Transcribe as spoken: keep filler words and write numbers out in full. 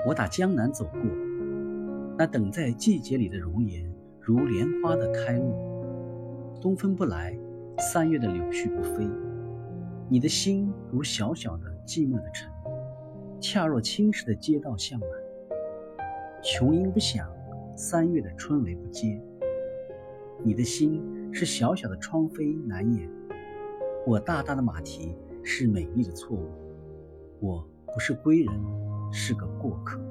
我打江南走过，那等在季节里的容颜，如莲花的开落。东风不来，三月的柳絮不飞。你的心如小小的寂寞的城，恰若青石的街道巷满。琼音不响，三月的春雷不接。你的心是小小的窗扉难掩，我大大的马蹄是美丽的错误。我不是归人，是个过客。